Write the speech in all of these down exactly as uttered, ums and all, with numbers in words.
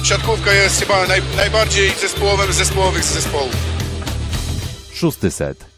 siatkówka jest chyba naj, najbardziej zespołowym z zespołowych z zespołów. Szósty set.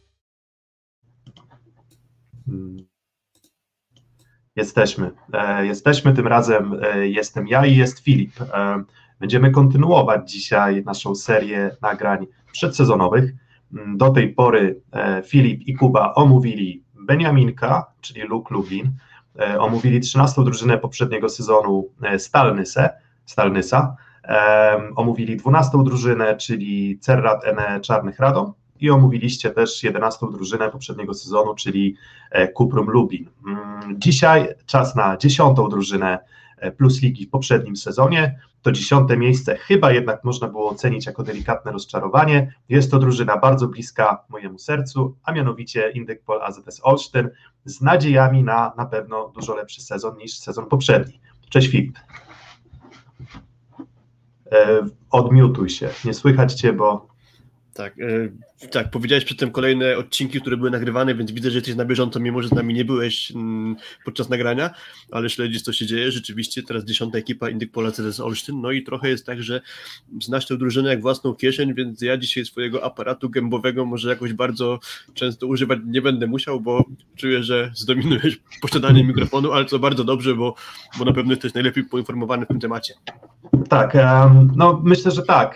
Jesteśmy. E, jesteśmy, tym razem e, jestem ja i jest Filip. E, będziemy kontynuować dzisiaj naszą serię nagrań przedsezonowych. Do tej pory e, Filip i Kuba omówili Beniaminka, czyli Luk Lublin, e, omówili trzynastą drużynę poprzedniego sezonu e, Stalnyse, Stalnysa, e, omówili dwunastą drużynę, czyli Cerrat Ene Czarnych Radom, i omówiliście też jedenastą drużynę poprzedniego sezonu, czyli Cuprum Lublin. Dzisiaj czas na dziesiątą drużynę Plus Ligi w poprzednim sezonie. To dziesiąte miejsce chyba jednak można było ocenić jako delikatne rozczarowanie. Jest to drużyna bardzo bliska mojemu sercu, a mianowicie Indykpol A Z S Olsztyn, z nadziejami na na pewno dużo lepszy sezon niż sezon poprzedni. Cześć Filip. Odmiutuj się, nie słychać Cię, bo... Tak, e, tak, powiedziałeś przedtem kolejne odcinki, które były nagrywane, więc widzę, że jesteś na bieżąco, mimo że z nami nie byłeś m, podczas nagrania, ale śledzisz, co się dzieje. Rzeczywiście teraz dziesiąta ekipa Indykpol A Z S Olsztyn, no i trochę jest tak, że znasz tę drużynę jak własną kieszeń, więc ja dzisiaj swojego aparatu gębowego może jakoś bardzo często używać nie będę musiał, bo czuję, że zdominujesz posiadanie mikrofonu, ale to bardzo dobrze, bo, bo na pewno jesteś najlepiej poinformowany w tym temacie. Tak, um, no myślę, że tak.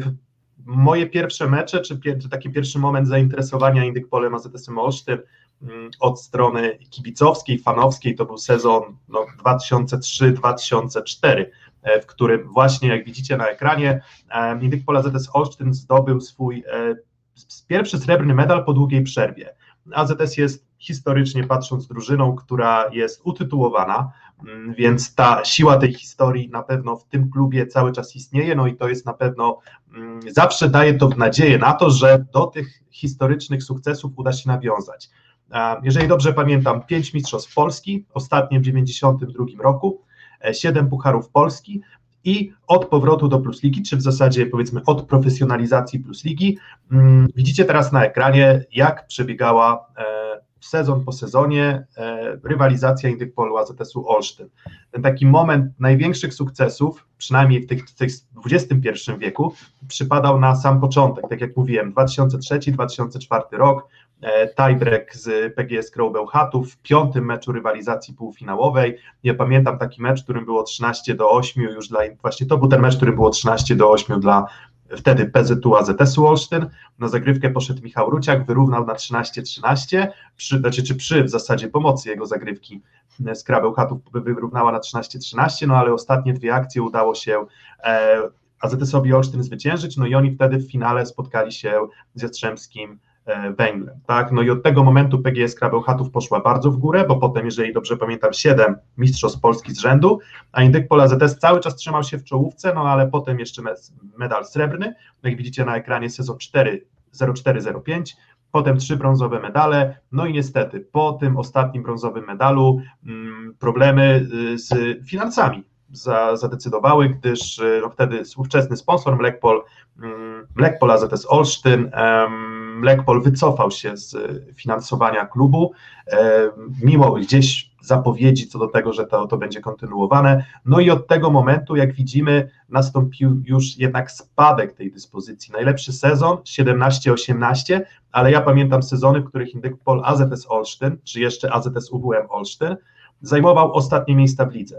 Moje pierwsze mecze, czy, pier, czy taki pierwszy moment zainteresowania Indykpolem A Z S-em Olsztyn um, od strony kibicowskiej, fanowskiej, to był sezon no, dwa tysiące trzeci do dwa tysiące czwartego, w którym właśnie, jak widzicie na ekranie, um, Indykpol A Z S Olsztyn zdobył swój um, pierwszy srebrny medal po długiej przerwie. A Z S jest historycznie patrząc drużyną, która jest utytułowana, więc ta siła tej historii na pewno w tym klubie cały czas istnieje, no i to jest na pewno, zawsze daje to nadzieję na to, że do tych historycznych sukcesów uda się nawiązać. Jeżeli dobrze pamiętam, pięć mistrzostw Polski, ostatnie w dziewięćdziesiątym drugim roku, siedem pucharów Polski i od powrotu do Plus Ligi, czy w zasadzie powiedzmy od profesjonalizacji Plus Ligi, widzicie teraz na ekranie, jak przebiegała sezon po sezonie e, rywalizacja Indykpolu A Z S-u Olsztyn. Ten taki moment największych sukcesów, przynajmniej w, tych, w tych dwudziestym pierwszym wieku, przypadał na sam początek, tak jak mówiłem, dwa tysiące trzeci do dwa tysiące czwartego rok, e, tiebreak z P G S Crow Bełchatów w piątym meczu rywalizacji półfinałowej. Ja pamiętam taki mecz, w którym było trzynaście do ośmiu, już dla, właśnie to był ten mecz, w którym było trzynaście do ośmiu dla wtedy P Z U A Z S-u Olsztyn. Na zagrywkę poszedł Michał Ruciak, wyrównał na trzynaście trzynaście, przy, znaczy, czy przy w zasadzie pomocy jego zagrywki z Bełchatów wyrównała na trzynaście trzynaście, no ale ostatnie dwie akcje udało się e, A Z S-owi Olsztyn zwyciężyć, no i oni wtedy w finale spotkali się z Jastrzębskim Węglem, tak, no i od tego momentu P G S Bełchatów poszła bardzo w górę, bo potem, jeżeli dobrze pamiętam, siedem mistrzostw Polski z rzędu, a Indykpol A Z S cały czas trzymał się w czołówce, no ale potem jeszcze medal srebrny, no jak widzicie na ekranie sezon cztery zero cztery zero pięć, potem trzy brązowe medale, no i niestety po tym ostatnim brązowym medalu mm, problemy z finansami za, zadecydowały, gdyż no, wtedy ówczesny sponsor Mlekpol, mm, Mlekpol A Z S Olsztyn, um, Mlekpol wycofał się z finansowania klubu, e, mimo gdzieś zapowiedzi co do tego, że to, to będzie kontynuowane, no i od tego momentu, jak widzimy, nastąpił już jednak spadek tej dyspozycji. Najlepszy sezon siedemnaście osiemnaście, ale ja pamiętam sezony, w których Indykpol A Z S Olsztyn, czy jeszcze A Z S U W M Olsztyn, zajmował ostatnie miejsca w lidze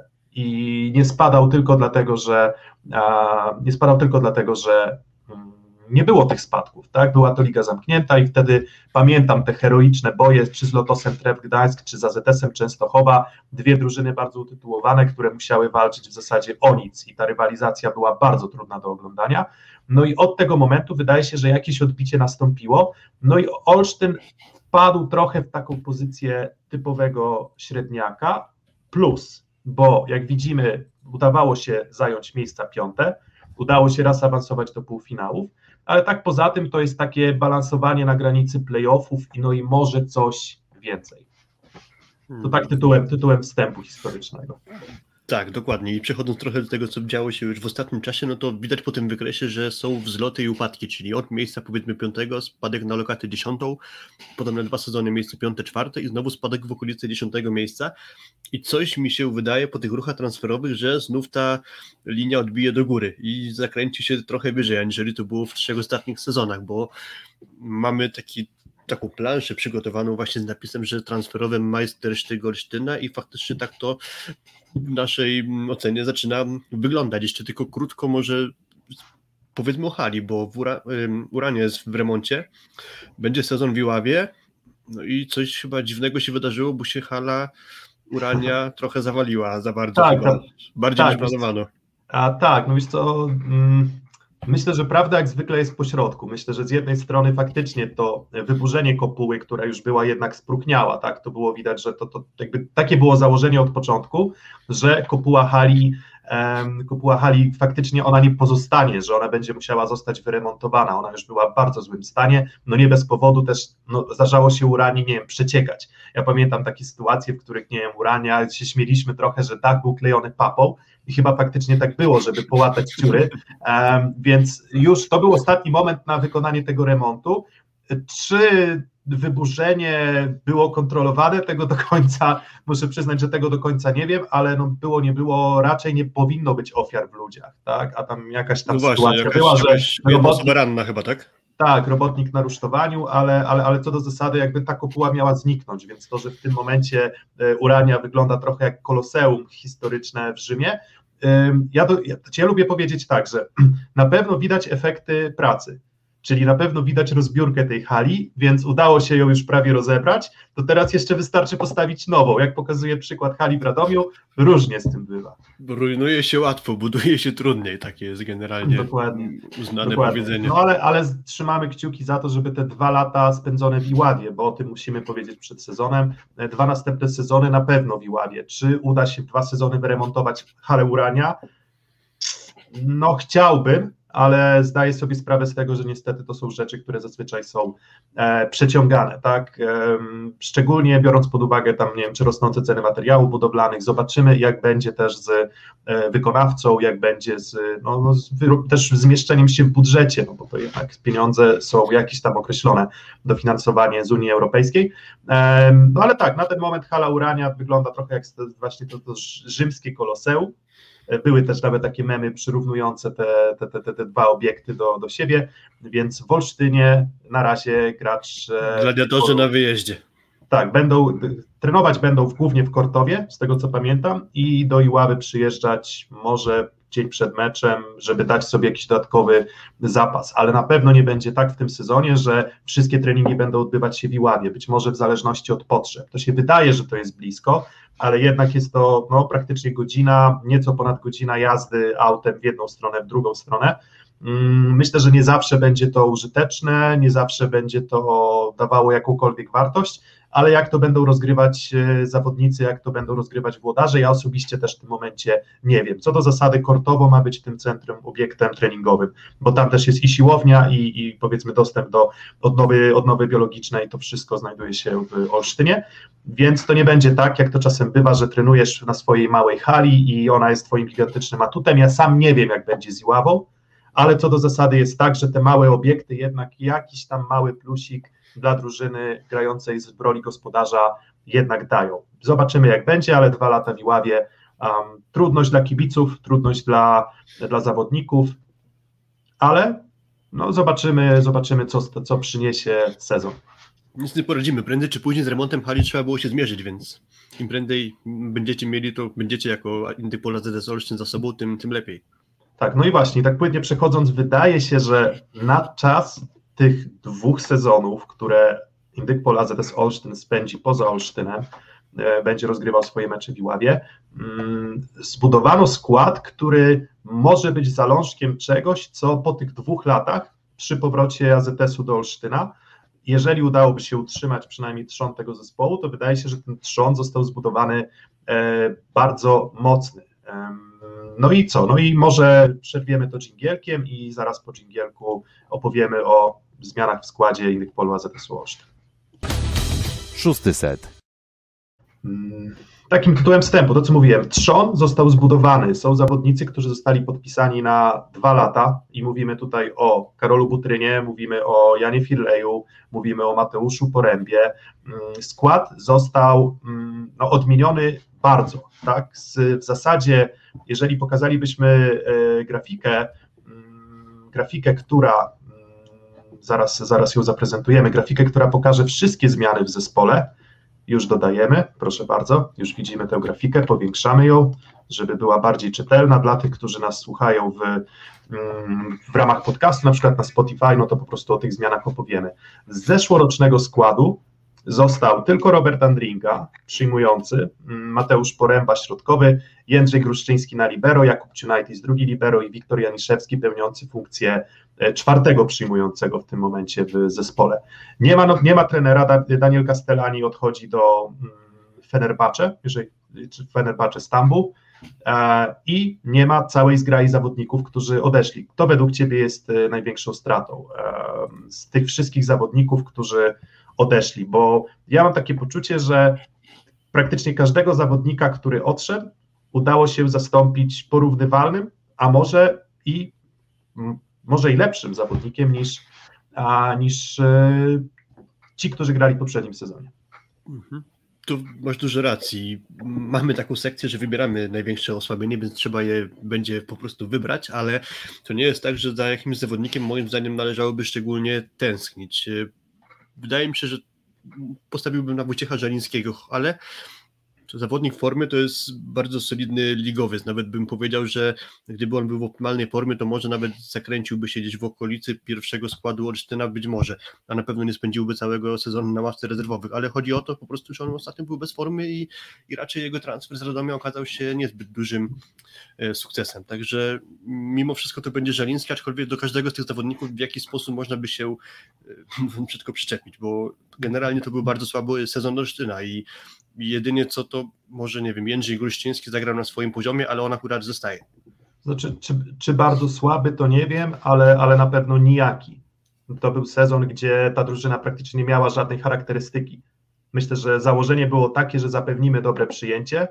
i nie spadał tylko dlatego, że a, nie spadał tylko dlatego, że nie było tych spadków, tak? Była to liga zamknięta i wtedy pamiętam te heroiczne boje czy z Lotosem Tref Gdańsk, czy z A Z S-em Częstochowa, dwie drużyny bardzo utytułowane, które musiały walczyć w zasadzie o nic i ta rywalizacja była bardzo trudna do oglądania. No i od tego momentu wydaje się, że jakieś odbicie nastąpiło, no i Olsztyn wpadł trochę w taką pozycję typowego średniaka, plus, bo jak widzimy, udawało się zająć miejsca piąte, udało się raz awansować do półfinałów, ale tak poza tym to jest takie balansowanie na granicy playoffów i no i może coś więcej. To tak tytułem, tytułem wstępu historycznego. Tak, dokładnie. I przechodząc trochę do tego, co działo się już w ostatnim czasie, no to widać po tym wykresie, że są wzloty i upadki, czyli od miejsca powiedzmy piątego, spadek na lokatę dziesiątą, potem na dwa sezony miejsce piąte, czwarte i znowu spadek w okolicy dziesiątego miejsca. I coś mi się wydaje po tych ruchach transferowych, że znów ta linia odbije do góry i zakręci się trochę wyżej, aniżeli to było w trzech ostatnich sezonach, bo mamy taki taką planszę przygotowaną właśnie z napisem, że transferowym majstersztyk Olsztyna i faktycznie tak to w naszej ocenie zaczyna wyglądać. Jeszcze tylko krótko może powiedzmy o hali, bo w Ura, um, Uranie jest w remoncie, będzie sezon w Iławie, no i coś chyba dziwnego się wydarzyło, bo się hala Urania trochę zawaliła za bardzo, tak, chyba, tak, bardziej tak, niż planowano. A tak, no wiesz co, mm, myślę, że prawda jak zwykle jest pośrodku. Myślę, że z jednej strony faktycznie to wyburzenie kopuły, która już była jednak spróchniała, tak, to było widać, że to, to jakby takie było założenie od początku, że kopuła hali, um, kopuła hali faktycznie ona nie pozostanie, że ona będzie musiała zostać wyremontowana, ona już była w bardzo złym stanie, no nie bez powodu też no, zdarzało się Uranii, nie wiem, przeciekać. Ja pamiętam takie sytuacje, w których, nie wiem, Urania, się śmieliśmy trochę, że dach był klejony papą, i chyba faktycznie tak było, żeby połatać dziury, um, więc już to był ostatni moment na wykonanie tego remontu. Czy wyburzenie było kontrolowane? Tego do końca, muszę przyznać, że tego do końca nie wiem, ale no było, nie było, raczej nie powinno być ofiar w ludziach, tak? A tam jakaś tam no właśnie, sytuacja jakaś, była, że jakaś robotnik, ranna chyba, tak? tak, robotnik na rusztowaniu, ale, ale, ale co do zasady jakby ta kopuła miała zniknąć, więc to, że w tym momencie Urania wygląda trochę jak koloseum historyczne w Rzymie, Ja, do, ja, ja lubię powiedzieć tak, że na pewno widać efekty pracy, czyli na pewno widać rozbiórkę tej hali, więc udało się ją już prawie rozebrać, to teraz jeszcze wystarczy postawić nową. Jak pokazuje przykład hali w Radomiu, różnie z tym bywa. Rujnuje się łatwo, buduje się trudniej, takie jest generalnie Dokładnie. uznane Dokładnie. powiedzenie. No ale, ale trzymamy kciuki za to, żeby te dwa lata spędzone w Iławie, bo o tym musimy powiedzieć przed sezonem, dwa następne sezony na pewno w Iławie. Czy uda się w dwa sezony wyremontować halę Urania? No chciałbym, ale zdaję sobie sprawę z tego, że niestety to są rzeczy, które zazwyczaj są e, przeciągane, tak, e, szczególnie biorąc pod uwagę tam, nie wiem, czy rosnące ceny materiałów budowlanych, zobaczymy jak będzie też z e, wykonawcą, jak będzie z, no, no, z też zmieszczeniem się w budżecie, no bo to jednak pieniądze są jakieś tam określone, dofinansowanie z Unii Europejskiej, e, no ale tak, na ten moment hala Urania wygląda trochę jak właśnie to, to rzymskie koloseum. Były też nawet takie memy przyrównujące te, te, te, te dwa obiekty do, do siebie, więc w Olsztynie na razie gracz... Gladiatorzy na wyjeździe. Tak, będą, trenować będą w, głównie w Kortowie, z tego co pamiętam, i do Iławy przyjeżdżać może dzień przed meczem, żeby dać sobie jakiś dodatkowy zapas, ale na pewno nie będzie tak w tym sezonie, że wszystkie treningi będą odbywać się w Iławie, być może w zależności od potrzeb. To się wydaje, że to jest blisko, ale jednak jest to no, praktycznie godzina, nieco ponad godzina jazdy autem w jedną stronę, w drugą stronę. Myślę, że nie zawsze będzie to użyteczne, nie zawsze będzie to dawało jakąkolwiek wartość, ale jak to będą rozgrywać zawodnicy, jak to będą rozgrywać włodarze, ja osobiście też w tym momencie nie wiem. Co do zasady kortowo ma być tym centrum, obiektem treningowym, bo tam też jest i siłownia i, i powiedzmy dostęp do odnowy, odnowy biologicznej, to wszystko znajduje się w Olsztynie, więc to nie będzie tak, jak to czasem bywa, że trenujesz na swojej małej hali i ona jest twoim gigantycznym atutem. Ja sam nie wiem, jak będzie z Iławą, ale co do zasady jest tak, że te małe obiekty jednak jakiś tam mały plusik dla drużyny grającej z roli gospodarza jednak dają. Zobaczymy jak będzie, ale dwa lata w Iławie, um, trudność dla kibiców, trudność dla, dla zawodników, ale no zobaczymy, zobaczymy co, co przyniesie sezon. Nic nie poradzimy, prędzej czy później z remontem hali trzeba było się zmierzyć, więc im prędzej będziecie mieli to, będziecie jako Indyk Pola Z S Olsztyn za sobą, tym, tym lepiej. Tak, no i właśnie, tak płynnie przechodząc, wydaje się, że na czas tych dwóch sezonów, które Indyk Pola Z S Olsztyn spędzi poza Olsztynem, e, będzie rozgrywał swoje mecze w Iławie, mm, zbudowano skład, który może być zalążkiem czegoś, co po tych dwóch latach przy powrocie A Z S-u do Olsztyna, jeżeli udałoby się utrzymać przynajmniej trzon tego zespołu, to wydaje się, że ten trzon został zbudowany e, bardzo mocny. E, No i co? No i może przerwiemy to dżingielkiem i zaraz po dżingielku opowiemy o zmianach w składzie Indyk Polu A Z S Olsztyn. Szósty set. takim tytułem wstępu, to co mówiłem, trzon został zbudowany, są zawodnicy, którzy zostali podpisani na dwa lata i mówimy tutaj o Karolu Butrynie, mówimy o Janie Firleju, mówimy o Mateuszu Porębie. Skład został no, odmieniony bardzo, tak, Z, w zasadzie, jeżeli pokazalibyśmy e, grafikę, m, grafikę, która, m, zaraz, zaraz ją zaprezentujemy, grafikę, która pokaże wszystkie zmiany w zespole, już dodajemy, proszę bardzo, już widzimy tę grafikę, powiększamy ją, żeby była bardziej czytelna dla tych, którzy nas słuchają w, w ramach podcastu, na przykład na Spotify, no to po prostu o tych zmianach opowiemy. Z zeszłorocznego składu został tylko Robert Andringa, przyjmujący, Mateusz Poręba, środkowy, Jędrzej Gruszczyński na libero, Jakub Ciunajtis, drugi libero i Wiktor Janiszewski, pełniący funkcję czwartego przyjmującego w tym momencie w zespole. Nie ma, no, nie ma trenera, Daniel Castellani odchodzi do Fenerbahce, jeżeli, czy Fenerbahce Stambuł, e, i nie ma całej zgrai zawodników, którzy odeszli. Kto według Ciebie jest największą stratą e, z tych wszystkich zawodników, którzy odeszli? Bo ja mam takie poczucie, że praktycznie każdego zawodnika, który odszedł, udało się zastąpić porównywalnym, a może i może i lepszym zawodnikiem niż, a, niż e, ci, którzy grali w poprzednim sezonie. Mhm. Tu masz dużo racji. Mamy taką sekcję, że wybieramy największe osłabienie, więc trzeba je będzie po prostu wybrać, ale to nie jest tak, że za jakimś zawodnikiem moim zdaniem należałoby szczególnie tęsknić. Wydaje mi się, że postawiłbym na Wojciecha Żalińskiego, ale zawodnik w formie to jest bardzo solidny ligowiec. Nawet bym powiedział, że gdyby on był w optymalnej formie, to może nawet zakręciłby się gdzieś w okolicy pierwszego składu Olsztyna, być może, a na pewno nie spędziłby całego sezonu na ławce rezerwowych, ale chodzi o to po prostu, że on ostatnio był bez formy i, i raczej jego transfer z Radomia okazał się niezbyt dużym e, sukcesem. Także mimo wszystko to będzie Żaliński, aczkolwiek do każdego z tych zawodników w jakiś sposób można by się e, brzydko przyczepić, bo generalnie to był bardzo słaby sezon Olsztyna i jedynie co to może, nie wiem, Jędrzej Gruszczyński zagrał na swoim poziomie, ale on akurat zostaje. Znaczy, czy, czy bardzo słaby, to nie wiem, ale, ale na pewno nijaki. To był sezon, gdzie ta drużyna praktycznie nie miała żadnej charakterystyki. Myślę, że założenie było takie, że zapewnimy dobre przyjęcie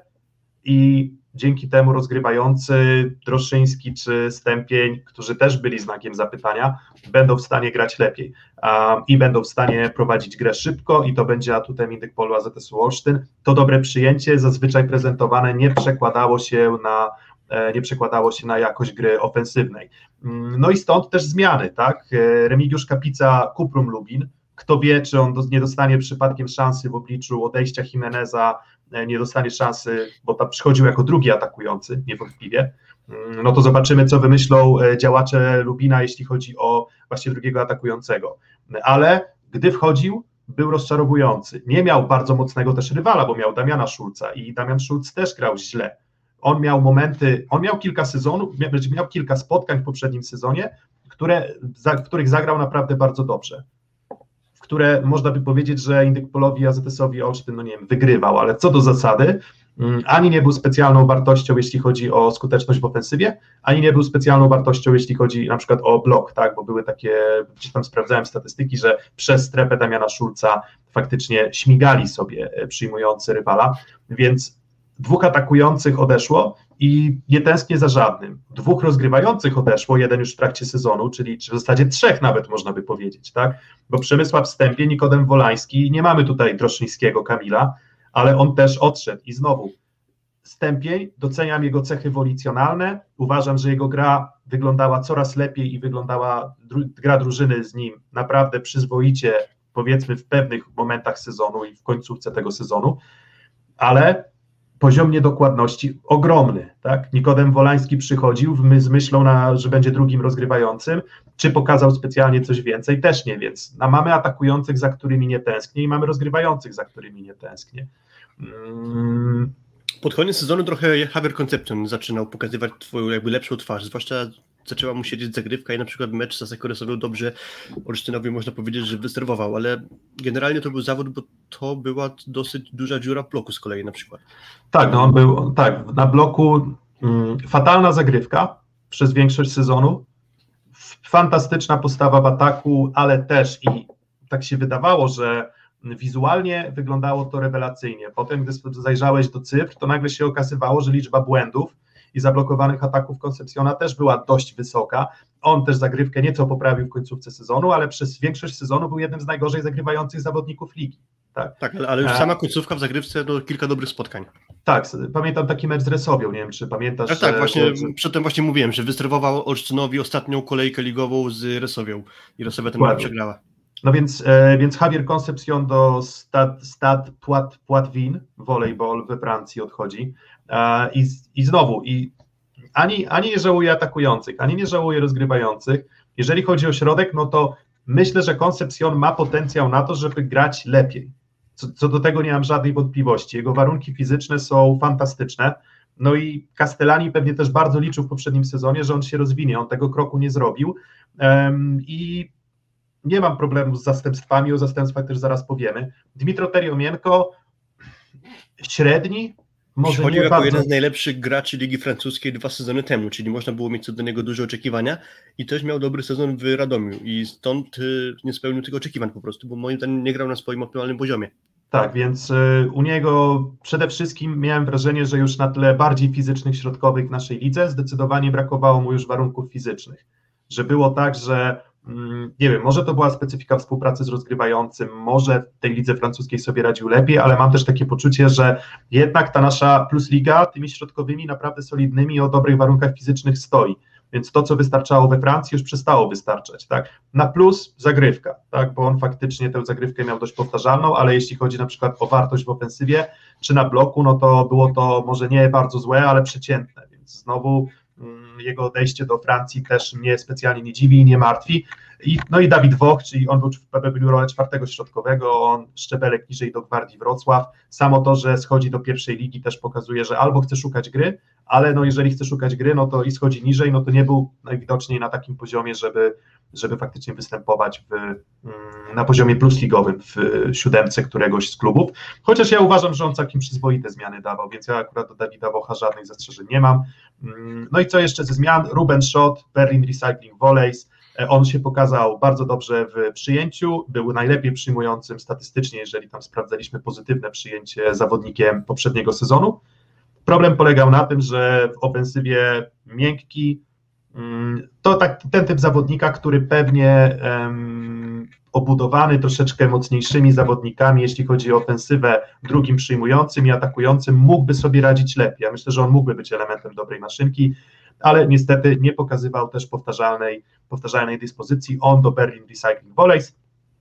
i dzięki temu rozgrywający Droszyński czy Stępień, którzy też byli znakiem zapytania, będą w stanie grać lepiej um, i będą w stanie prowadzić grę szybko i to będzie atutem Indykpolu A Z S-u Olsztyn. To dobre przyjęcie, zazwyczaj prezentowane, nie przekładało się na nie przekładało się na jakość gry ofensywnej. No i stąd też zmiany, tak? Remigiusz Kapica, Kuprum Lubin, kto wie, czy on nie dostanie przypadkiem szansy w obliczu odejścia Jimeneza, nie dostanie szansy, bo tam przychodził jako drugi atakujący, niewątpliwie, no to zobaczymy, co wymyślą działacze Lubina, jeśli chodzi o właśnie drugiego atakującego. Ale gdy wchodził, był rozczarowujący. Nie miał bardzo mocnego też rywala, bo miał Damiana Szulca i Damian Szulc też grał źle. On miał momenty, on miał kilka sezonów, miał, miał kilka spotkań w poprzednim sezonie, które, za, w których zagrał naprawdę bardzo dobrze. W które można by powiedzieć, że Indykpolowi A Z S-owi Olsztyn, no nie wiem, wygrywał, ale co do zasady, ani nie był specjalną wartością, jeśli chodzi o skuteczność w ofensywie, ani nie był specjalną wartością, jeśli chodzi na przykład o blok, tak, bo były takie, gdzieś tam sprawdzałem statystyki, że przez strefę Damiana Szulca faktycznie śmigali sobie przyjmujący rywala, więc dwóch atakujących odeszło i nie tęsknię za żadnym. Dwóch rozgrywających odeszło, jeden już w trakcie sezonu, czyli w zasadzie trzech nawet można by powiedzieć, tak? Bo Przemysław Stępień, Nikodem Wolański, nie mamy tutaj Droszyńskiego, Kamila, ale on też odszedł i znowu Stępień, doceniam jego cechy wolicjonalne, uważam, że jego gra wyglądała coraz lepiej i wyglądała dru- gra drużyny z nim naprawdę przyzwoicie, powiedzmy w pewnych momentach sezonu i w końcówce tego sezonu, ale poziom niedokładności ogromny, tak? Nikodem Wolański przychodził z myślą, na, że będzie drugim rozgrywającym, czy pokazał specjalnie coś więcej, też nie, więc no, mamy atakujących, za którymi nie tęsknię i mamy rozgrywających, za którymi nie tęsknię. Hmm. Pod koniec sezonu trochę Javier Concepcion zaczynał pokazywać twoją jakby lepszą twarz, zwłaszcza zaczęła mu siedzieć zagrywka i na przykład mecz z Sekoresowią dobrze Olsztynowi można powiedzieć, że wysterwował, ale generalnie to był zawód, bo to była dosyć duża dziura w bloku z kolei na przykład. Tak, no on był, tak, na bloku mm, fatalna zagrywka przez większość sezonu, fantastyczna postawa w ataku, ale też i tak się wydawało, że wizualnie wyglądało to rewelacyjnie. Potem, gdy zajrzałeś do cyfr, to nagle się okazywało, że liczba błędów i zablokowanych ataków Concepciona też była dość wysoka. On też zagrywkę nieco poprawił w końcówce sezonu, ale przez większość sezonu był jednym z najgorzej zagrywających zawodników ligi. Tak, tak ale, ale już sama końcówka w zagrywce to kilka dobrych spotkań. Tak, pamiętam taki mecz z Resowią, nie wiem, czy pamiętasz. Tak, tak, właśnie że... przedtem właśnie mówiłem, że wysterwował Olsztynowi ostatnią kolejkę ligową z Resowią i Resowia ten mecz przegrała. No więc, e, więc Javier Concepcion do Stade, Stade Poitvin, volleyball we Francji odchodzi e, i, i znowu, i ani, ani nie żałuje atakujących, ani nie żałuje rozgrywających. Jeżeli chodzi o środek, no to myślę, że Concepcion ma potencjał na to, żeby grać lepiej. Co, co do tego nie mam żadnej wątpliwości. Jego warunki fizyczne są fantastyczne. No i Castellani pewnie też bardzo liczył w poprzednim sezonie, że on się rozwinie. On tego kroku nie zrobił. Um, I nie mam problemu z zastępstwami, o zastępstwach też zaraz powiemy. Dmitro Teriomienko średni, może przychodził nie jako bardzo... jeden z najlepszych graczy Ligi Francuskiej dwa sezony temu, czyli można było mieć co do niego duże oczekiwania i też miał dobry sezon w Radomiu i stąd y, nie spełnił tych oczekiwań po prostu, bo moim zdaniem nie grał na swoim optymalnym poziomie. Tak, więc y, u niego przede wszystkim miałem wrażenie, że już na tle bardziej fizycznych środkowych w naszej lidze zdecydowanie brakowało mu już warunków fizycznych, że było tak, że nie wiem, może to była specyfika współpracy z rozgrywającym, może w tej lidze francuskiej sobie radził lepiej, ale mam też takie poczucie, że jednak ta nasza Plus Liga tymi środkowymi naprawdę solidnymi o dobrych warunkach fizycznych stoi, więc to, co wystarczało we Francji, już przestało wystarczać, tak? Na plus zagrywka, tak? Bo on faktycznie tę zagrywkę miał dość powtarzalną, ale jeśli chodzi na przykład o wartość w ofensywie czy na bloku, no to było to może nie bardzo złe, ale przeciętne, więc znowu jego odejście do Francji też mnie specjalnie nie dziwi i nie martwi. I, no i Dawid Woch, czyli on był w pełnił rolę czwartego środkowego, on szczebelek niżej do Gwardii Wrocław. Samo to, że schodzi do pierwszej ligi też pokazuje, że albo chce szukać gry, ale no jeżeli chce szukać gry, no to i schodzi niżej, no to nie był najwidoczniej na takim poziomie, żeby, żeby faktycznie występować w, na poziomie plusligowym w siódemce któregoś z klubów. Chociaż ja uważam, że on całkiem przyzwoite zmiany dawał, więc ja akurat do Dawida Wocha żadnych zastrzeżeń nie mam. No i co jeszcze ze zmian? Ruben Schott, Berlin Recycling Volleys. On się pokazał bardzo dobrze w przyjęciu, był najlepiej przyjmującym statystycznie, jeżeli tam sprawdzaliśmy pozytywne przyjęcie zawodnikiem poprzedniego sezonu. Problem polegał na tym, że w ofensywie miękki to tak, ten typ zawodnika, który pewnie um, obudowany troszeczkę mocniejszymi zawodnikami, jeśli chodzi o ofensywę drugim przyjmującym i atakującym, mógłby sobie radzić lepiej. Ja myślę, że on mógłby być elementem dobrej maszynki, ale niestety nie pokazywał też powtarzalnej, powtarzalnej dyspozycji. On do Berlin Recycling Volleys.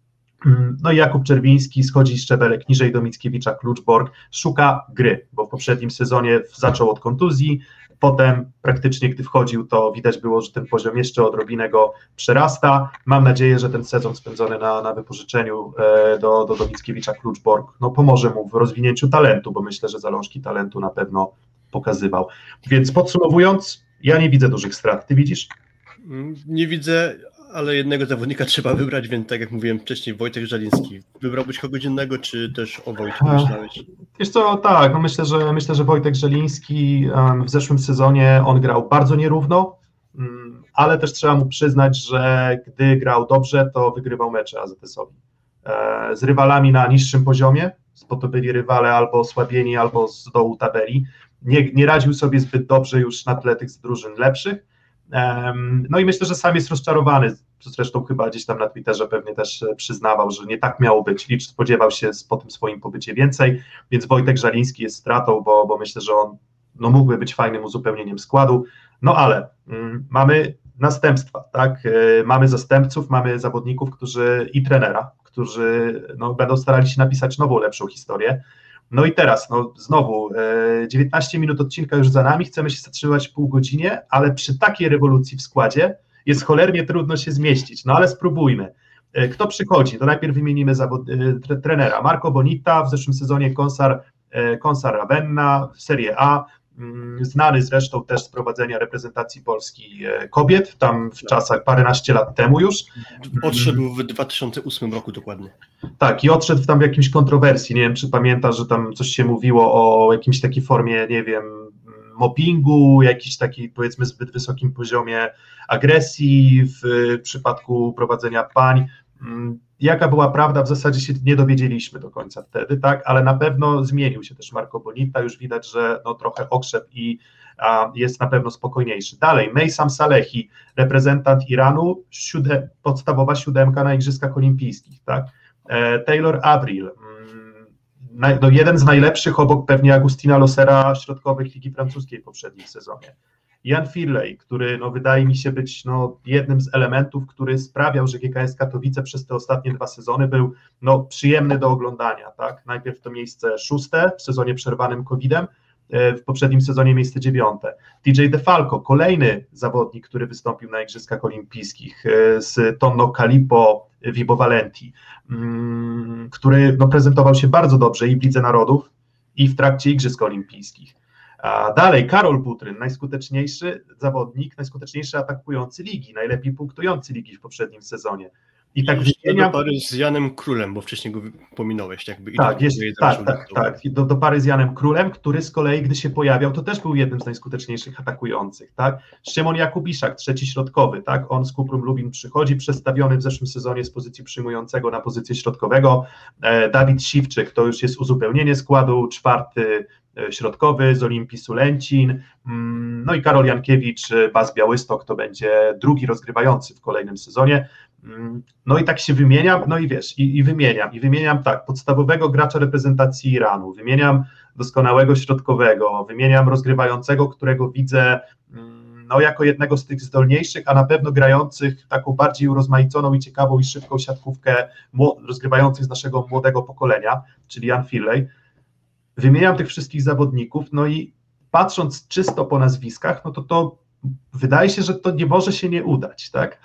No i Jakub Czerwiński schodzi szczebelek niżej do Mickiewicza Kluczbork, szuka gry, bo w poprzednim sezonie zaczął od kontuzji, potem praktycznie gdy wchodził, to widać było, że ten poziom jeszcze odrobinę go przerasta. Mam nadzieję, że ten sezon spędzony na, na wypożyczeniu e, do, do, do Mickiewicza Kluczbork no, pomoże mu w rozwinięciu talentu, bo myślę, że zalążki talentu na pewno pokazywał. Więc podsumowując, ja nie widzę dużych strat. Ty widzisz? Nie widzę, ale jednego zawodnika trzeba wybrać, więc tak jak mówiłem wcześniej, Wojtek Żaliński. Wybrałbyś kogoś innego, czy też o Wojtku myślałeś? Wiesz co, tak, no myślę, że myślę, że Wojtek Żaliński um, w zeszłym sezonie on grał bardzo nierówno, um, ale też trzeba mu przyznać, że gdy grał dobrze, to wygrywał mecze A Z S-owi. E, z rywalami na niższym poziomie, bo to byli rywale albo osłabieni, albo z dołu tabeli. Nie, nie radził sobie zbyt dobrze już na tle tych drużyn lepszych. No i myślę, że sam jest rozczarowany, zresztą chyba gdzieś tam na Twitterze pewnie też przyznawał, że nie tak miało być, Licz spodziewał się po tym swoim pobycie więcej, więc Wojtek Żaliński jest stratą, bo, bo myślę, że on no, mógłby być fajnym uzupełnieniem składu, no ale mm, mamy następstwa, tak, yy, mamy zastępców, mamy zawodników, którzy i trenera, którzy no, będą starali się napisać nową, lepszą historię. No i teraz, no znowu, e, dziewiętnaście minut odcinka już za nami, chcemy się zatrzymać w pół godzinie, ale przy takiej rewolucji w składzie jest cholernie trudno się zmieścić, no ale spróbujmy. E, kto przychodzi? To najpierw wymienimy zawod- e, tre- trenera. Marco Bonita, w zeszłym sezonie Konsar, e, Konsar Ravenna w Serie A, m, znany zresztą też z prowadzenia reprezentacji Polski e, kobiet, tam w czasach paręnaście lat temu już. Odszedł w dwa tysiące ósmym roku dokładnie. Tak, i odszedł tam w jakimś kontrowersji, nie wiem, czy pamiętasz, że tam coś się mówiło o jakimś takiej formie, nie wiem, mobbingu, jakiś takiej, powiedzmy, zbyt wysokim poziomie agresji w przypadku prowadzenia pań. Jaka była prawda, w zasadzie się nie dowiedzieliśmy do końca wtedy, tak, ale na pewno zmienił się też Marco Bonita, już widać, że no trochę okrzep i a, jest na pewno spokojniejszy. Dalej, Meysam Salehi, reprezentant Iranu, siódem, podstawowa siódemka na Igrzyskach Olimpijskich, tak, e, Taylor Avril, mm, naj, no jeden z najlepszych obok pewnie Agustina Losera środkowych Ligi Francuskiej w poprzednim sezonie. Jan Firley, który no, wydaje mi się być no, jednym z elementów, który sprawiał, że G K S Katowice przez te ostatnie dwa sezony był no, przyjemny do oglądania. Tak? Najpierw to miejsce szóste w sezonie przerwanym kowidem, w poprzednim sezonie miejsce dziewiąte. T J DeFalco, kolejny zawodnik, który wystąpił na Igrzyskach Olimpijskich z Tonno Calipo Vibo Valenti, który no, prezentował się bardzo dobrze i w Lidze Narodów, i w trakcie Igrzysk Olimpijskich. A dalej Karol Butryn, najskuteczniejszy zawodnik, najskuteczniejszy atakujący ligi, najlepiej punktujący ligi w poprzednim sezonie. I tak wymieniam... do pary z Janem Królem, bo wcześniej go pominąłeś. Jakby tak, jest, tak, tak, tak. Do, do pary z Janem Królem, który z kolei, gdy się pojawiał, to też był jednym z najskuteczniejszych atakujących. Tak? Szymon Jakubiszak, trzeci środkowy, tak? On z Kuprum Lubin przychodzi, przestawiony w zeszłym sezonie z pozycji przyjmującego na pozycję środkowego. E, Dawid Siwczyk, to już jest uzupełnienie składu, czwarty środkowy z Olimpii Sulęcin, no i Karol Jankiewicz, Bas Białystok, to będzie drugi rozgrywający w kolejnym sezonie. No i tak się wymieniam, no i wiesz, i, i wymieniam, i wymieniam tak, podstawowego gracza reprezentacji Iranu, wymieniam doskonałego środkowego, wymieniam rozgrywającego, którego widzę no jako jednego z tych zdolniejszych, a na pewno grających taką bardziej urozmaiconą i ciekawą i szybką siatkówkę rozgrywających z naszego młodego pokolenia, czyli Jan Firley. Wymieniam tych wszystkich zawodników, no i patrząc czysto po nazwiskach, no to to wydaje się, że to nie może się nie udać, tak?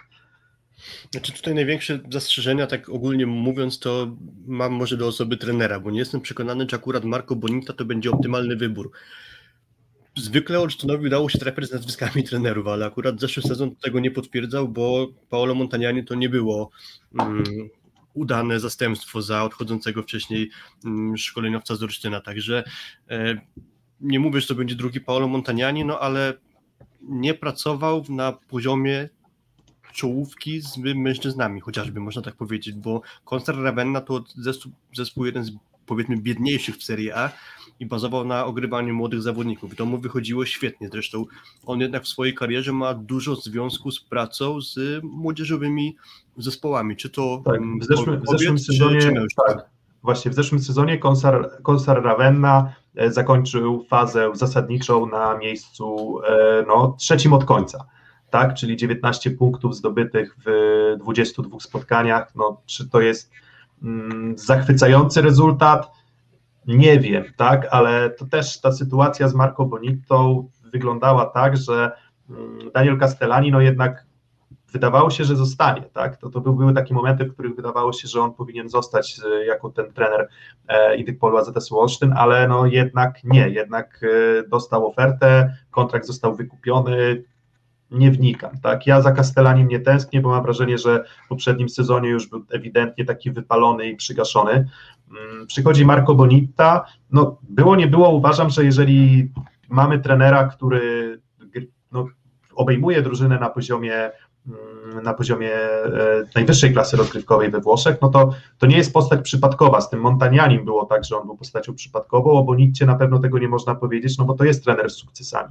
Znaczy tutaj największe zastrzeżenia, tak ogólnie mówiąc, to mam może do osoby trenera, bo nie jestem przekonany, czy akurat Marco Bonita to będzie optymalny wybór. Zwykle Olsztynowi udało się trafiać z nazwiskami trenerów, ale akurat zeszły sezon tego nie potwierdzał, bo Paolo Montagnani to nie było um, udane zastępstwo za odchodzącego wcześniej um, szkoleniowca z Olsztyna, także e, nie mówię, że to będzie drugi Paolo Montagnani, no ale nie pracował na poziomie czołówki z mężczyznami, chociażby można tak powiedzieć, bo Constar Ravenna to zespół, zespół jeden z powiedzmy biedniejszych w Serie A i bazował na ogrywaniu młodych zawodników. To mu wychodziło świetnie, zresztą on jednak w swojej karierze ma dużo związku z pracą z młodzieżowymi zespołami, czy to tak, w zeszłym, kobiet, w zeszłym sezonie, czy, czy tak, właśnie w zeszłym sezonie Constar, Constar Ravenna zakończył fazę zasadniczą na miejscu no, trzecim od końca. Tak, czyli dziewiętnaście punktów zdobytych w dwudziestu dwóch spotkaniach, no czy to jest mm, zachwycający rezultat? Nie wiem, tak, ale to też ta sytuacja z Marco Bonitą wyglądała tak, że mm, Daniel Castellani, no jednak wydawało się, że zostanie, tak, to, to były takie momenty, w których wydawało się, że on powinien zostać jako ten trener e, Indykpolu A Z S Olsztyn, ale no jednak nie, jednak e, dostał ofertę, kontrakt został wykupiony. Nie wnikam, tak, ja za Castellanim nie tęsknię, bo mam wrażenie, że w poprzednim sezonie już był ewidentnie taki wypalony i przygaszony. Przychodzi Marco Bonita, no było nie było, uważam, że jeżeli mamy trenera, który no, obejmuje drużynę na poziomie na poziomie najwyższej klasy rozgrywkowej we Włoszech, no to, to nie jest postać przypadkowa. Z tym Montagnanim było tak, że on był postacią przypadkową, o Bonicie na pewno tego nie można powiedzieć, no bo to jest trener z sukcesami.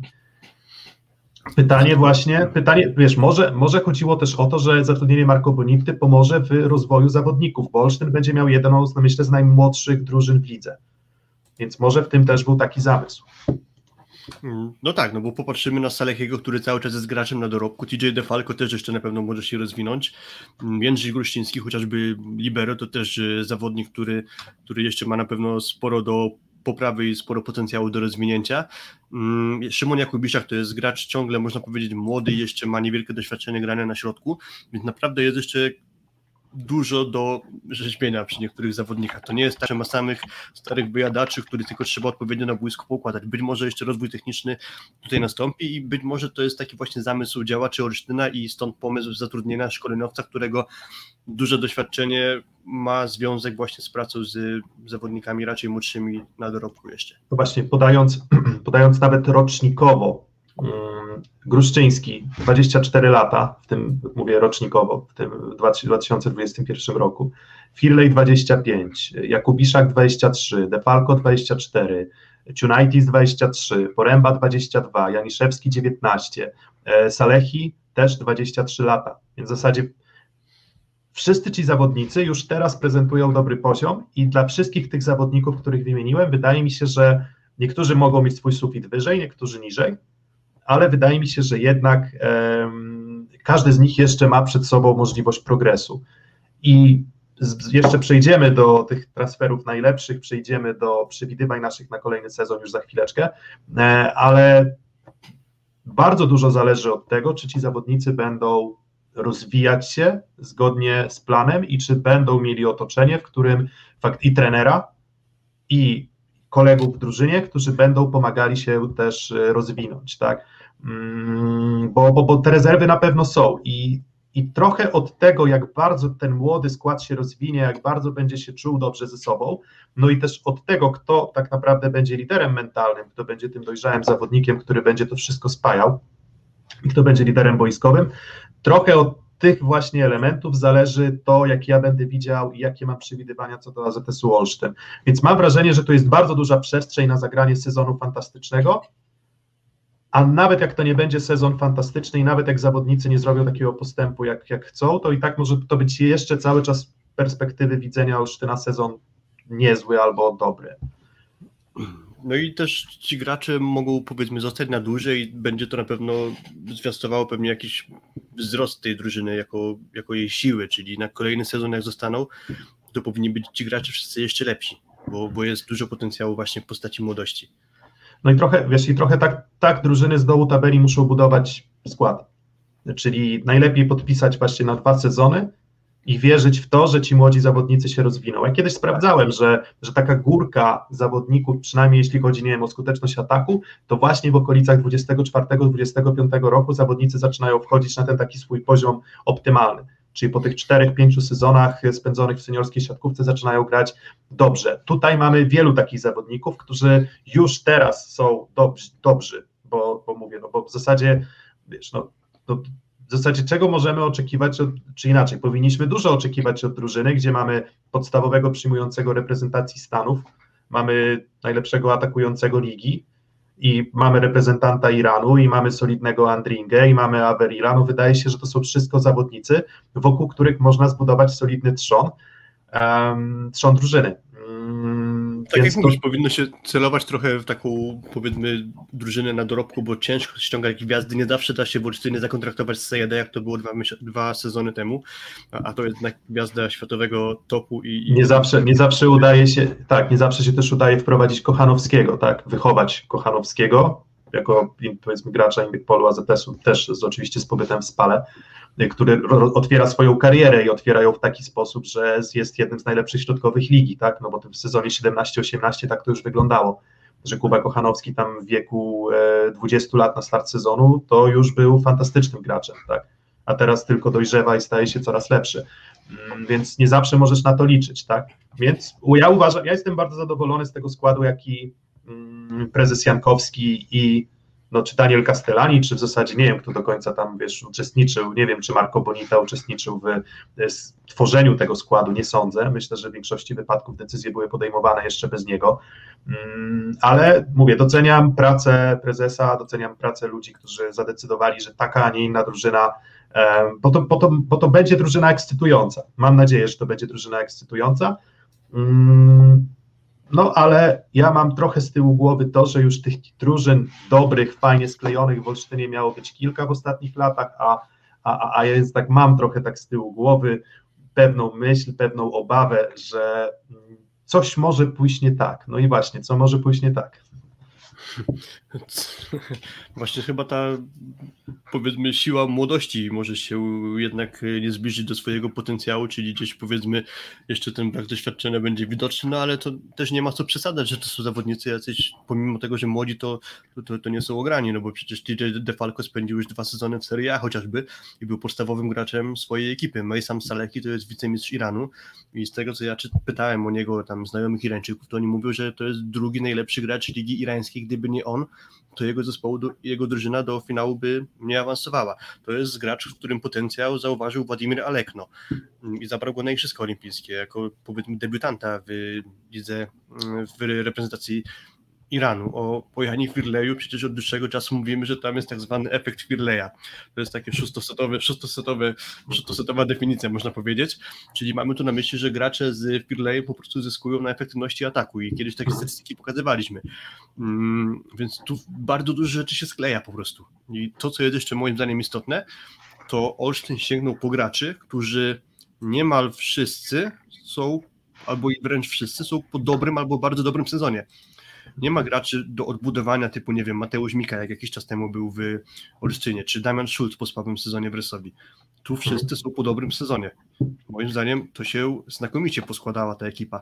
Pytanie właśnie, pytanie, wiesz, może, może chodziło też o to, że zatrudnienie Marco Bonity pomoże w rozwoju zawodników, bo Olsztyn będzie miał jedną z, no myślę, z najmłodszych drużyn w lidze, więc może w tym też był taki zamysł. No tak, no bo popatrzymy na Salehiego, który cały czas jest graczem na dorobku, T J DeFalco też jeszcze na pewno może się rozwinąć, Jędrzej Gruściński, chociażby libero, to też zawodnik, który, który jeszcze ma na pewno sporo do poprawy i sporo potencjału do rozwinięcia. Szymon Jakubiszak to jest gracz ciągle, można powiedzieć, młody i jeszcze ma niewielkie doświadczenie grania na środku, więc naprawdę jest jeszcze dużo do rzeźbienia przy niektórych zawodnikach. To nie jest tak, że ma samych starych wyjadaczy, których tylko trzeba odpowiednio na boisku poukładać. Być może jeszcze rozwój techniczny tutaj nastąpi i być może to jest taki właśnie zamysł działaczy Olsztyna i stąd pomysł zatrudnienia szkoleniowca, którego duże doświadczenie ma związek właśnie z pracą z zawodnikami raczej młodszymi na dorobku jeszcze. To właśnie podając, podając nawet rocznikowo Gruszczyński, dwadzieścia cztery lata, w tym mówię rocznikowo, w tym dwa tysiące dwudziestym pierwszym roku. Firlej dwadzieścia pięć, Jakubiszak dwadzieścia trzy, Defalco dwadzieścia cztery, Ciunaitis dwadzieścia trzy, Poręba dwadzieścia dwa, Janiszewski dziewiętnaście, Salehi też dwadzieścia trzy lata. Więc w zasadzie wszyscy ci zawodnicy już teraz prezentują dobry poziom i dla wszystkich tych zawodników, których wymieniłem, wydaje mi się, że niektórzy mogą mieć swój sufit wyżej, niektórzy niżej, ale wydaje mi się, że jednak um, każdy z nich jeszcze ma przed sobą możliwość progresu. I z, jeszcze przejdziemy do tych transferów najlepszych, przejdziemy do przewidywań naszych na kolejny sezon już za chwileczkę, e, ale bardzo dużo zależy od tego, czy ci zawodnicy będą rozwijać się zgodnie z planem i czy będą mieli otoczenie, w którym fakt i trenera, i kolegów w drużynie, którzy będą pomagali się też rozwinąć, tak? Bo, bo, bo te rezerwy na pewno są i, i trochę od tego, jak bardzo ten młody skład się rozwinie, jak bardzo będzie się czuł dobrze ze sobą, no i też od tego, kto tak naprawdę będzie liderem mentalnym, kto będzie tym dojrzałym zawodnikiem, który będzie to wszystko spajał i kto będzie liderem boiskowym, trochę od tych właśnie elementów zależy to, jak ja będę widział i jakie mam przewidywania co do A Z S-u Olsztyn. Więc mam wrażenie, że tu jest bardzo duża przestrzeń na zagranie sezonu fantastycznego, a nawet jak to nie będzie sezon fantastyczny i nawet jak zawodnicy nie zrobią takiego postępu, jak, jak chcą, to i tak może to być jeszcze cały czas perspektywy widzenia Olsztyna sezon niezły albo dobry. No i też ci gracze mogą, powiedzmy, zostać na dłużej i będzie to na pewno zwiastowało pewnie jakiś wzrost tej drużyny jako, jako jej siły, czyli na kolejny sezon jak zostaną, to powinni być ci gracze wszyscy jeszcze lepsi, bo, bo jest dużo potencjału właśnie w postaci młodości. No i trochę, wiesz, i trochę tak, tak drużyny z dołu tabeli muszą budować skład, czyli najlepiej podpisać właśnie na dwa sezony i wierzyć w to, że ci młodzi zawodnicy się rozwiną. Ja kiedyś sprawdzałem, że, że taka górka zawodników, przynajmniej jeśli chodzi, nie wiem, o skuteczność ataku, to właśnie w okolicach dwudziestego czwartego dwudziestego piątego roku zawodnicy zaczynają wchodzić na ten taki swój poziom optymalny, czyli po tych czterech, pięciu sezonach spędzonych w seniorskiej siatkówce zaczynają grać dobrze. Tutaj mamy wielu takich zawodników, którzy już teraz są dobrzy, dobrzy bo, bo mówię, no bo w zasadzie, wiesz, no, no w zasadzie czego możemy oczekiwać, od, czy inaczej, powinniśmy dużo oczekiwać od drużyny, gdzie mamy podstawowego przyjmującego reprezentacji Stanów, mamy najlepszego atakującego ligi i mamy reprezentanta Iranu i mamy solidnego Andringę i mamy Averila. No wydaje się, że to są wszystko zawodnicy, wokół których można zbudować solidny trzon, um, trzon drużyny. Um, tak jak to... mówisz, powinno się celować trochę w taką, powiedzmy, drużynę na dorobku, bo ciężko ściągać gwiazdy, nie zawsze da się w Olsztynie zakontraktować z Sejedę, jak to było dwa, dwa sezony temu, a, a to jednak gwiazda światowego topu i... i... Nie zawsze, nie zawsze udaje się, tak, nie zawsze się też udaje wprowadzić Kochanowskiego, tak, wychować Kochanowskiego, jako, powiedzmy, gracza Indyk-Polu A Z S-u, też z, oczywiście z pobytem w Spale, który otwiera swoją karierę i otwiera ją w taki sposób, że jest jednym z najlepszych środkowych ligi, tak, no bo w sezonie siedemnaście osiemnaście tak to już wyglądało, że Kuba Kochanowski tam w wieku dwudziestu lat na start sezonu to już był fantastycznym graczem, tak, a teraz tylko dojrzewa i staje się coraz lepszy, więc nie zawsze możesz na to liczyć, tak, więc ja uważam, ja jestem bardzo zadowolony z tego składu, jaki prezes Jankowski i no, czy Daniel Castellani, czy w zasadzie nie wiem, kto do końca tam, wiesz, uczestniczył, nie wiem, czy Marco Bonita uczestniczył w, w tworzeniu tego składu, nie sądzę, myślę, że w większości wypadków decyzje były podejmowane jeszcze bez niego, ale mówię, doceniam pracę prezesa, doceniam pracę ludzi, którzy zadecydowali, że taka, a nie inna drużyna, bo to, bo to, bo to będzie drużyna ekscytująca, mam nadzieję, że to będzie drużyna ekscytująca. No, ale ja mam trochę z tyłu głowy to, że już tych drużyn dobrych, fajnie sklejonych w Olsztynie miało być kilka w ostatnich latach, a, a, a ja więc tak mam trochę tak z tyłu głowy pewną myśl, pewną obawę, że coś może pójść nie tak. No i właśnie, co może pójść nie tak? Właśnie chyba ta, powiedzmy, siła młodości może się jednak nie zbliżyć do swojego potencjału, czyli gdzieś, powiedzmy, jeszcze ten brak doświadczenia będzie widoczny, no ale to też nie ma co przesadzać, że to są zawodnicy jacyś, pomimo tego, że młodzi, to, to, to nie są ograni, no bo przecież T J Defalco spędził już dwa sezony w Serie A chociażby i był podstawowym graczem swojej ekipy. Maysam Salehi to jest wicemistrz Iranu i z tego, co ja czy, pytałem o niego tam znajomych Irańczyków, to oni mówią, że to jest drugi najlepszy gracz ligi irańskiej, gdy gdyby nie on, to jego zespołu, do, jego drużyna do finału by nie awansowała. To jest gracz, w którym potencjał zauważył Władimir Alekno i zabrał go na Igrzyska Olimpijskie jako, powiedzmy, debiutanta w lidze, w reprezentacji Iranu. O Pojani Firleju przecież od dłuższego czasu mówimy, że tam jest tak zwany efekt Firleja. To jest takie szóstosetowe, szóstosetowe, szóstosetowa definicja, można powiedzieć. Czyli mamy tu na myśli, że gracze z Firlejem po prostu zyskują na efektywności ataku i kiedyś takie statystyki pokazywaliśmy. Hmm, więc tu bardzo dużo rzeczy się skleja po prostu. I to, co jest jeszcze moim zdaniem istotne, to Olsztyn sięgnął po graczy, którzy niemal wszyscy są, albo i wręcz wszyscy są po dobrym albo bardzo dobrym sezonie. Nie ma graczy do odbudowania typu, nie wiem, Mateusz Mika, jak jakiś czas temu był w Olsztynie, czy Damian Schulz po słabym sezonie w Rysowi. Tu wszyscy są po dobrym sezonie. Moim zdaniem to się znakomicie poskładała ta ekipa.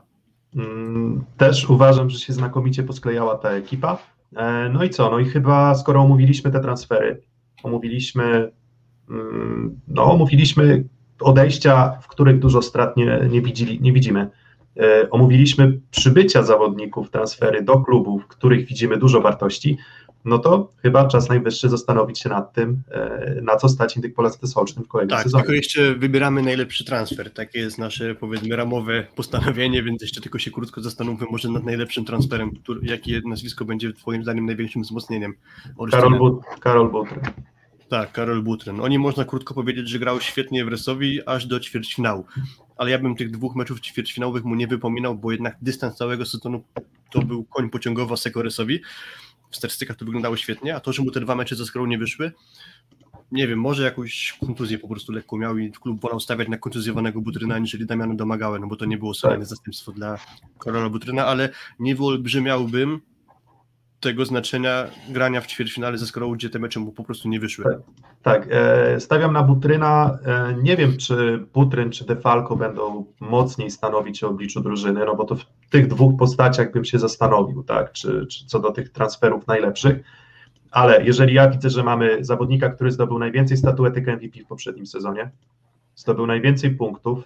Też uważam, że się znakomicie posklejała ta ekipa. No i co? No i chyba skoro omówiliśmy te transfery, omówiliśmy, no, omówiliśmy odejścia, w których dużo strat nie, nie, widzili, nie widzimy. Omówiliśmy przybycia zawodników, transfery do klubów, w których widzimy dużo wartości, no to chyba czas najwyższy zastanowić się nad tym, na co stać Indyk-Pol A Z S Olsztyn w kolejnym tak, sezonie. Tak, tylko jeszcze wybieramy najlepszy transfer, takie jest nasze, powiedzmy, ramowe postanowienie, więc jeszcze tylko się krótko zastanówmy może nad najlepszym transferem, który, jakie nazwisko będzie twoim zdaniem największym wzmocnieniem Olsztyna. Karol, But- Karol Butryn. Tak, Karol Butryn. Oni można krótko powiedzieć, że grał świetnie w Rysowi aż do ćwierćfinału. Ale ja bym tych dwóch meczów ćwierćfinałowych mu nie wypominał, bo jednak dystans całego sezonu to był koń pociągowy Asseco Rysowi. W statystykach to wyglądało świetnie, a to, że mu te dwa mecze ze Skrą nie wyszły, nie wiem, może jakąś kontuzję po prostu lekko miał i klub wolał stawiać na kontuzjowanego Butryna, aniżeli Damiana Domagałę, no bo to nie było solidne tak. zastępstwo dla Karola Butryna, ale nie wyolbrzymiałbym tego znaczenia grania w ćwierćfinale ze Skrą, gdzie te mecze mu po prostu nie wyszły. Tak, tak. E, stawiam na Butryna. E, nie wiem, czy Butryn, czy Defalco będą mocniej stanowić o obliczu drużyny, no bo to w tych dwóch postaciach bym się zastanowił, tak, czy, czy co do tych transferów najlepszych, ale jeżeli ja widzę, że mamy zawodnika, który zdobył najwięcej statuetek M V P w poprzednim sezonie, zdobył najwięcej punktów,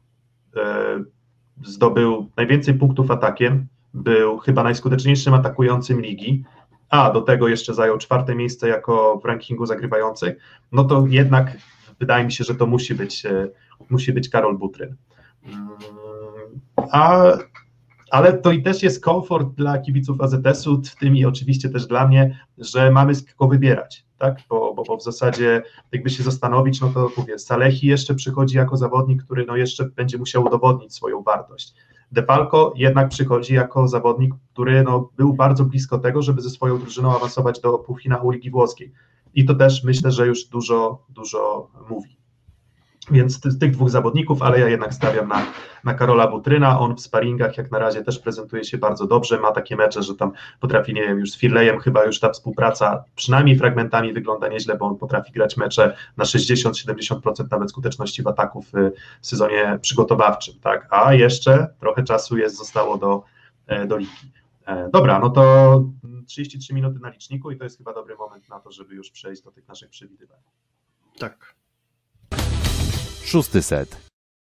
e, zdobył najwięcej punktów atakiem, był chyba najskuteczniejszym atakującym ligi, a do tego jeszcze zajął czwarte miejsce jako w rankingu zagrywających, no to jednak wydaje mi się, że to musi być, musi być Karol Butryn. A, ale to i też jest komfort dla kibiców A Z S-u, w tym i oczywiście też dla mnie, że mamy z kogo wybierać, tak? Bo, bo, bo w zasadzie jakby się zastanowić, no to mówię, Salehi jeszcze przychodzi jako zawodnik, który no jeszcze będzie musiał udowodnić swoją wartość. Defalco jednak przychodzi jako zawodnik, który no, był bardzo blisko tego, żeby ze swoją drużyną awansować do półfinału Ligi Włoskiej. I to też myślę, że już dużo, dużo mówi. Więc z tych dwóch zawodników, ale ja jednak stawiam na, na Karola Butryna. On w sparingach jak na razie też prezentuje się bardzo dobrze, ma takie mecze, że tam potrafi, nie wiem, już z Firlejem chyba już ta współpraca przynajmniej fragmentami wygląda nieźle, bo on potrafi grać mecze na sześćdziesiąt do siedemdziesięciu procent nawet skuteczności w ataku w, w sezonie przygotowawczym, tak? A jeszcze trochę czasu jest, zostało do, do ligi. Dobra, no to trzydzieści trzy minuty na liczniku i to jest chyba dobry moment na to, żeby już przejść do tych naszych przewidywań. Tak. Szósty set.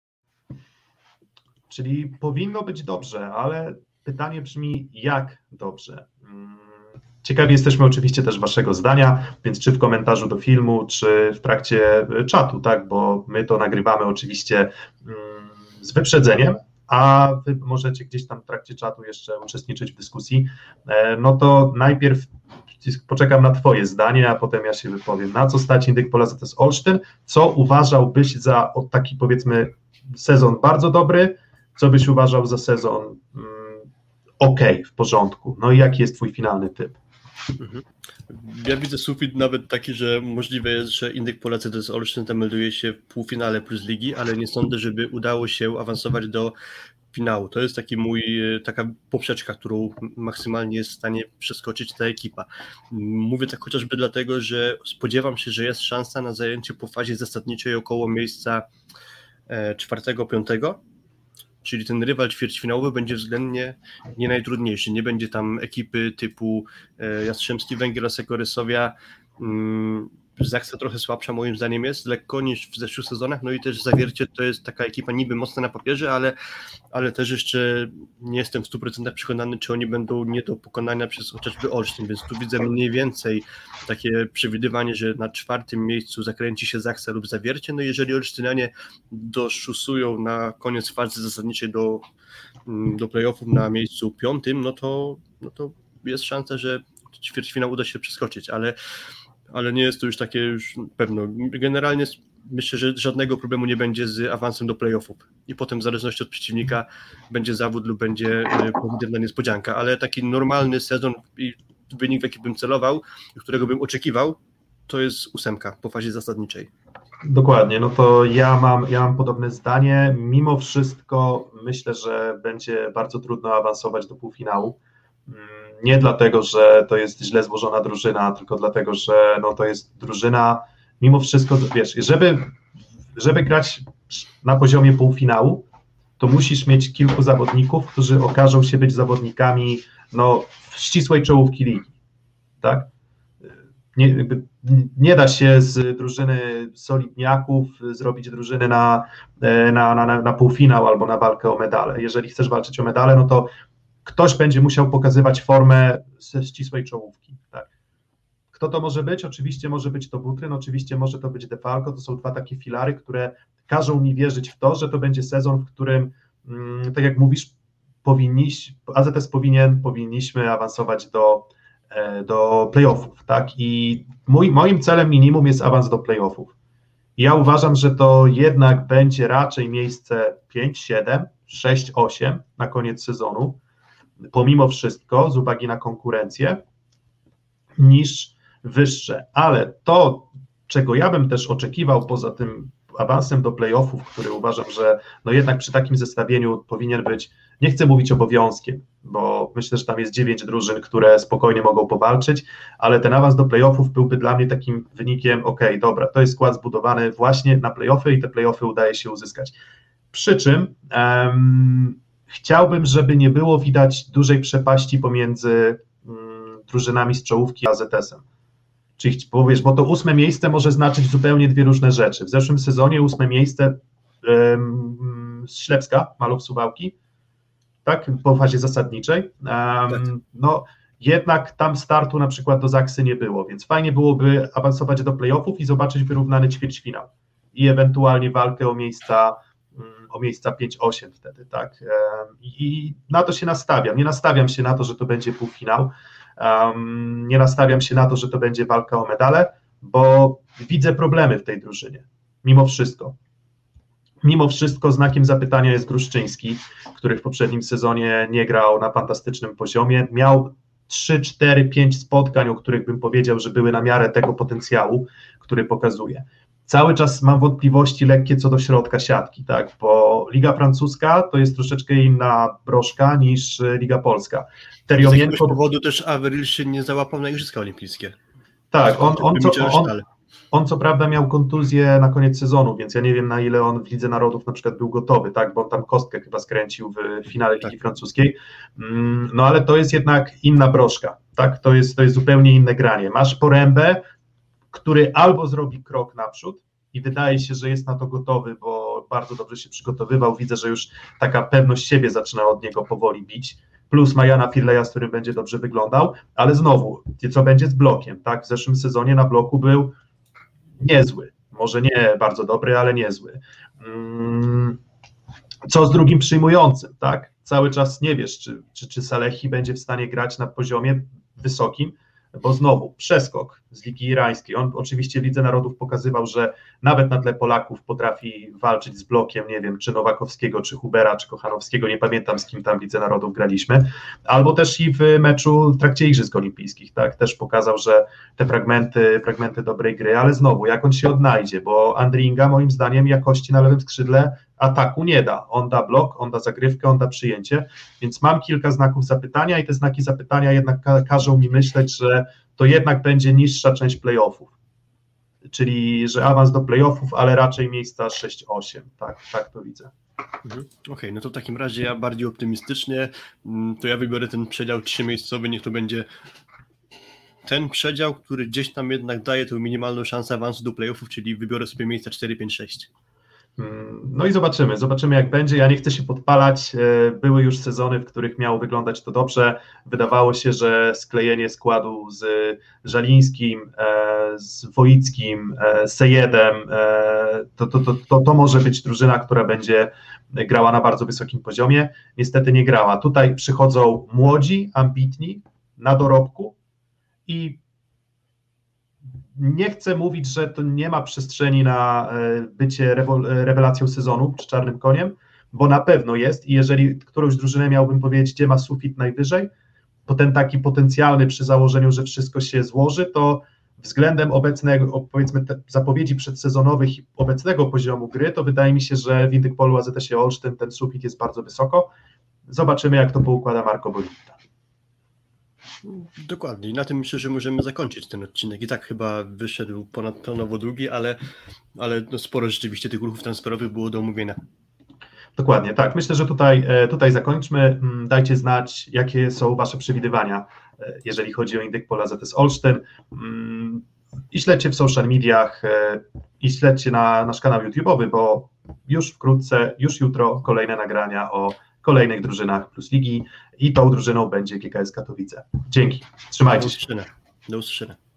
Czyli powinno być dobrze, ale pytanie brzmi, jak dobrze? Ciekawi jesteśmy oczywiście też waszego zdania, więc czy w komentarzu do filmu, czy w trakcie czatu, tak, bo my to nagrywamy oczywiście z wyprzedzeniem, a wy możecie gdzieś tam w trakcie czatu jeszcze uczestniczyć w dyskusji. No to najpierw poczekam na twoje zdanie, a potem ja się wypowiem. Na co stać Indyk-Pol A Z S Olsztyn? Co uważałbyś za taki, powiedzmy, sezon bardzo dobry? Co byś uważał za sezon mm, ok, w porządku? No i jaki jest twój finalny typ? Ja widzę sufit nawet taki, że możliwe jest, że Indyk-Pol A Z S Olsztyn tam melduje się w półfinale plus ligi, ale nie sądzę, żeby udało się awansować do finału. To jest taki mój, taka poprzeczka, którą maksymalnie jest w stanie przeskoczyć ta ekipa. Mówię tak chociażby dlatego, że spodziewam się, że jest szansa na zajęcie po fazie zasadniczej około miejsca czwartego, piątego, czyli ten rywal ćwierćfinałowy będzie względnie nie najtrudniejszy. Nie będzie tam ekipy typu Jastrzębski Węgiel, Asseco Rysowia, Zaksa trochę słabsza moim zdaniem jest, lekko niż w zeszłych sezonach, no i też Zawiercie to jest taka ekipa niby mocna na papierze, ale, ale też jeszcze nie jestem w stu procentach przekonany, czy oni będą nie do pokonania przez chociażby Olsztyn, więc tu widzę mniej więcej takie przewidywanie, że na czwartym miejscu zakręci się Zaksa lub Zawiercie, no jeżeli Olsztynianie doszusują na koniec fazy zasadniczej do, do playoffów na miejscu piątym, no to, no to jest szansa, że ćwierćfinał uda się przeskoczyć, ale ale nie jest to już takie już pewno. Generalnie myślę, że żadnego problemu nie będzie z awansem do playoffów i potem w zależności od przeciwnika będzie zawód lub będzie pozytywna niespodzianka, ale taki normalny sezon i wynik, w jaki bym celował, którego bym oczekiwał, to jest ósemka po fazie zasadniczej. Dokładnie, no to ja mam, ja mam podobne zdanie. Mimo wszystko myślę, że będzie bardzo trudno awansować do półfinału. Nie dlatego, że to jest źle złożona drużyna, tylko dlatego, że no to jest drużyna, mimo wszystko, wiesz, żeby, żeby grać na poziomie półfinału, to musisz mieć kilku zawodników, którzy okażą się być zawodnikami no, ścisłej czołówki ligi, tak? Nie, nie da się z drużyny solidniaków zrobić drużyny na, na, na, na półfinał albo na walkę o medale. Jeżeli chcesz walczyć o medale, no to ktoś będzie musiał pokazywać formę ze ścisłej czołówki. Tak. Kto to może być? Oczywiście może być to Butryn, oczywiście może to być Defalco, to są dwa takie filary, które każą mi wierzyć w to, że to będzie sezon, w którym, mm, tak jak mówisz, powinniś, A Z S powinien, powinniśmy awansować do, do playoffów. Tak? I mój, moim celem minimum jest awans do playoffów. Ja uważam, że to jednak będzie raczej miejsce pięć, siedem, sześć, osiem na koniec sezonu, pomimo wszystko, z uwagi na konkurencję, niż wyższe. Ale to, czego ja bym też oczekiwał poza tym awansem do playoffów, który uważam, że no jednak przy takim zestawieniu powinien być, nie chcę mówić obowiązkiem, bo myślę, że tam jest dziewięć drużyn, które spokojnie mogą powalczyć, ale ten awans do playoffów byłby dla mnie takim wynikiem, ok, dobra, to jest skład zbudowany właśnie na playoffy i te playoffy udaje się uzyskać. Przy czym um, chciałbym, żeby nie było widać dużej przepaści pomiędzy um, drużynami z czołówki a A Z S-em. Czyli powiesz, bo to ósme miejsce może znaczyć zupełnie dwie różne rzeczy. W zeszłym sezonie ósme miejsce um, z Ślepska, Malow Suwałki, tak, po fazie zasadniczej. Um, tak. No jednak tam startu na przykład do Zaksy nie było, więc fajnie byłoby awansować do playoffów i zobaczyć wyrównany ćwierćfinał i ewentualnie walkę o miejsca o miejsca pięć osiem wtedy, tak, i na to się nastawiam, nie nastawiam się na to, że to będzie półfinał, um, nie nastawiam się na to, że to będzie walka o medale, bo widzę problemy w tej drużynie, mimo wszystko. Mimo wszystko znakiem zapytania jest Gruszczyński, który w poprzednim sezonie nie grał na fantastycznym poziomie, miał trzy, cztery, pięć spotkań, o których bym powiedział, że były na miarę tego potencjału, który pokazuje. Cały czas mam wątpliwości lekkie co do środka siatki, tak, bo Liga Francuska to jest troszeczkę inna broszka niż Liga Polska. Z jakiegoś powodu też Avril się nie załapał na Igrzyska Olimpijskie. Tak, on, on, co, on, on co prawda miał kontuzję na koniec sezonu, więc ja nie wiem, na ile on w Lidze Narodów na przykład był gotowy, tak, bo on tam kostkę chyba skręcił w finale Ligi tak. Francuskiej, no ale to jest jednak inna broszka, tak, to jest, to jest zupełnie inne granie. Masz Porębę, który albo zrobi krok naprzód i wydaje się, że jest na to gotowy, bo bardzo dobrze się przygotowywał, widzę, że już taka pewność siebie zaczyna od niego powoli bić, plus ma Jana Firleja, z którym będzie dobrze wyglądał, ale znowu, co będzie z blokiem, tak, w zeszłym sezonie na bloku był niezły, może nie bardzo dobry, ale niezły. Co z drugim przyjmującym, tak, cały czas nie wiesz, czy, czy, czy Salehi będzie w stanie grać na poziomie wysokim, bo znowu przeskok z Ligi Irańskiej, on oczywiście w Lidze Narodów pokazywał, że nawet na tle Polaków potrafi walczyć z blokiem, nie wiem, czy Nowakowskiego, czy Hubera, czy Kochanowskiego, nie pamiętam z kim tam w Lidze Narodów graliśmy, albo też i w meczu w trakcie Igrzysk Olimpijskich, tak, też pokazał, że te fragmenty, fragmenty dobrej gry, ale znowu, jak on się odnajdzie, bo Andringa moim zdaniem jakości na lewym skrzydle ataku nie da, on da blok, on da zagrywkę, on da przyjęcie, więc mam kilka znaków zapytania i te znaki zapytania jednak ka- każą mi myśleć, że to jednak będzie niższa część playoffów, czyli że awans do playoffów, ale raczej miejsca sześć osiem, tak, tak to widzę. Mhm. Okej, okay, no to w takim razie ja bardziej optymistycznie, to ja wybiorę ten przedział trzymiejscowy, niech to będzie ten przedział, który gdzieś tam jednak daje tę minimalną szansę awansu do playoffów, czyli wybiorę sobie miejsca cztery, pięć, sześć. No i zobaczymy, zobaczymy jak będzie. Ja nie chcę się podpalać. Były już sezony, w których miało wyglądać to dobrze. Wydawało się, że sklejenie składu z Żalińskim, z Wojickim, Sejedem, to, to, to, to, to może być drużyna, która będzie grała na bardzo wysokim poziomie. Niestety nie grała. Tutaj przychodzą młodzi, ambitni, na dorobku i nie chcę mówić, że to nie ma przestrzeni na bycie rewelacją sezonu czy czarnym koniem, bo na pewno jest i jeżeli którąś drużynę miałbym powiedzieć, gdzie ma sufit najwyżej, to ten taki potencjalny przy założeniu, że wszystko się złoży, to względem obecnego, powiedzmy zapowiedzi przedsezonowych i obecnego poziomu gry, to wydaje mi się, że w Indykpolu A Z S Olsztyn ten sufit jest bardzo wysoko. Zobaczymy, jak to poukłada Marco Bonita. Dokładnie. I na tym myślę, że możemy zakończyć ten odcinek. I tak chyba wyszedł ponadplanowo długi, ale, ale no sporo rzeczywiście tych ruchów transferowych było do omówienia. Dokładnie, tak. Myślę, że tutaj, tutaj zakończmy. Dajcie znać, jakie są Wasze przewidywania, jeżeli chodzi o Indykpol A Z S Olsztyn. I śledźcie w social mediach, i śledźcie na nasz kanał YouTube'owy, bo już wkrótce, już jutro kolejne nagrania o kolejnych drużynach Plus Ligi i tą drużyną będzie G K S Katowice. Dzięki, trzymajcie się. Do usłyszenia. Do usłyszenia.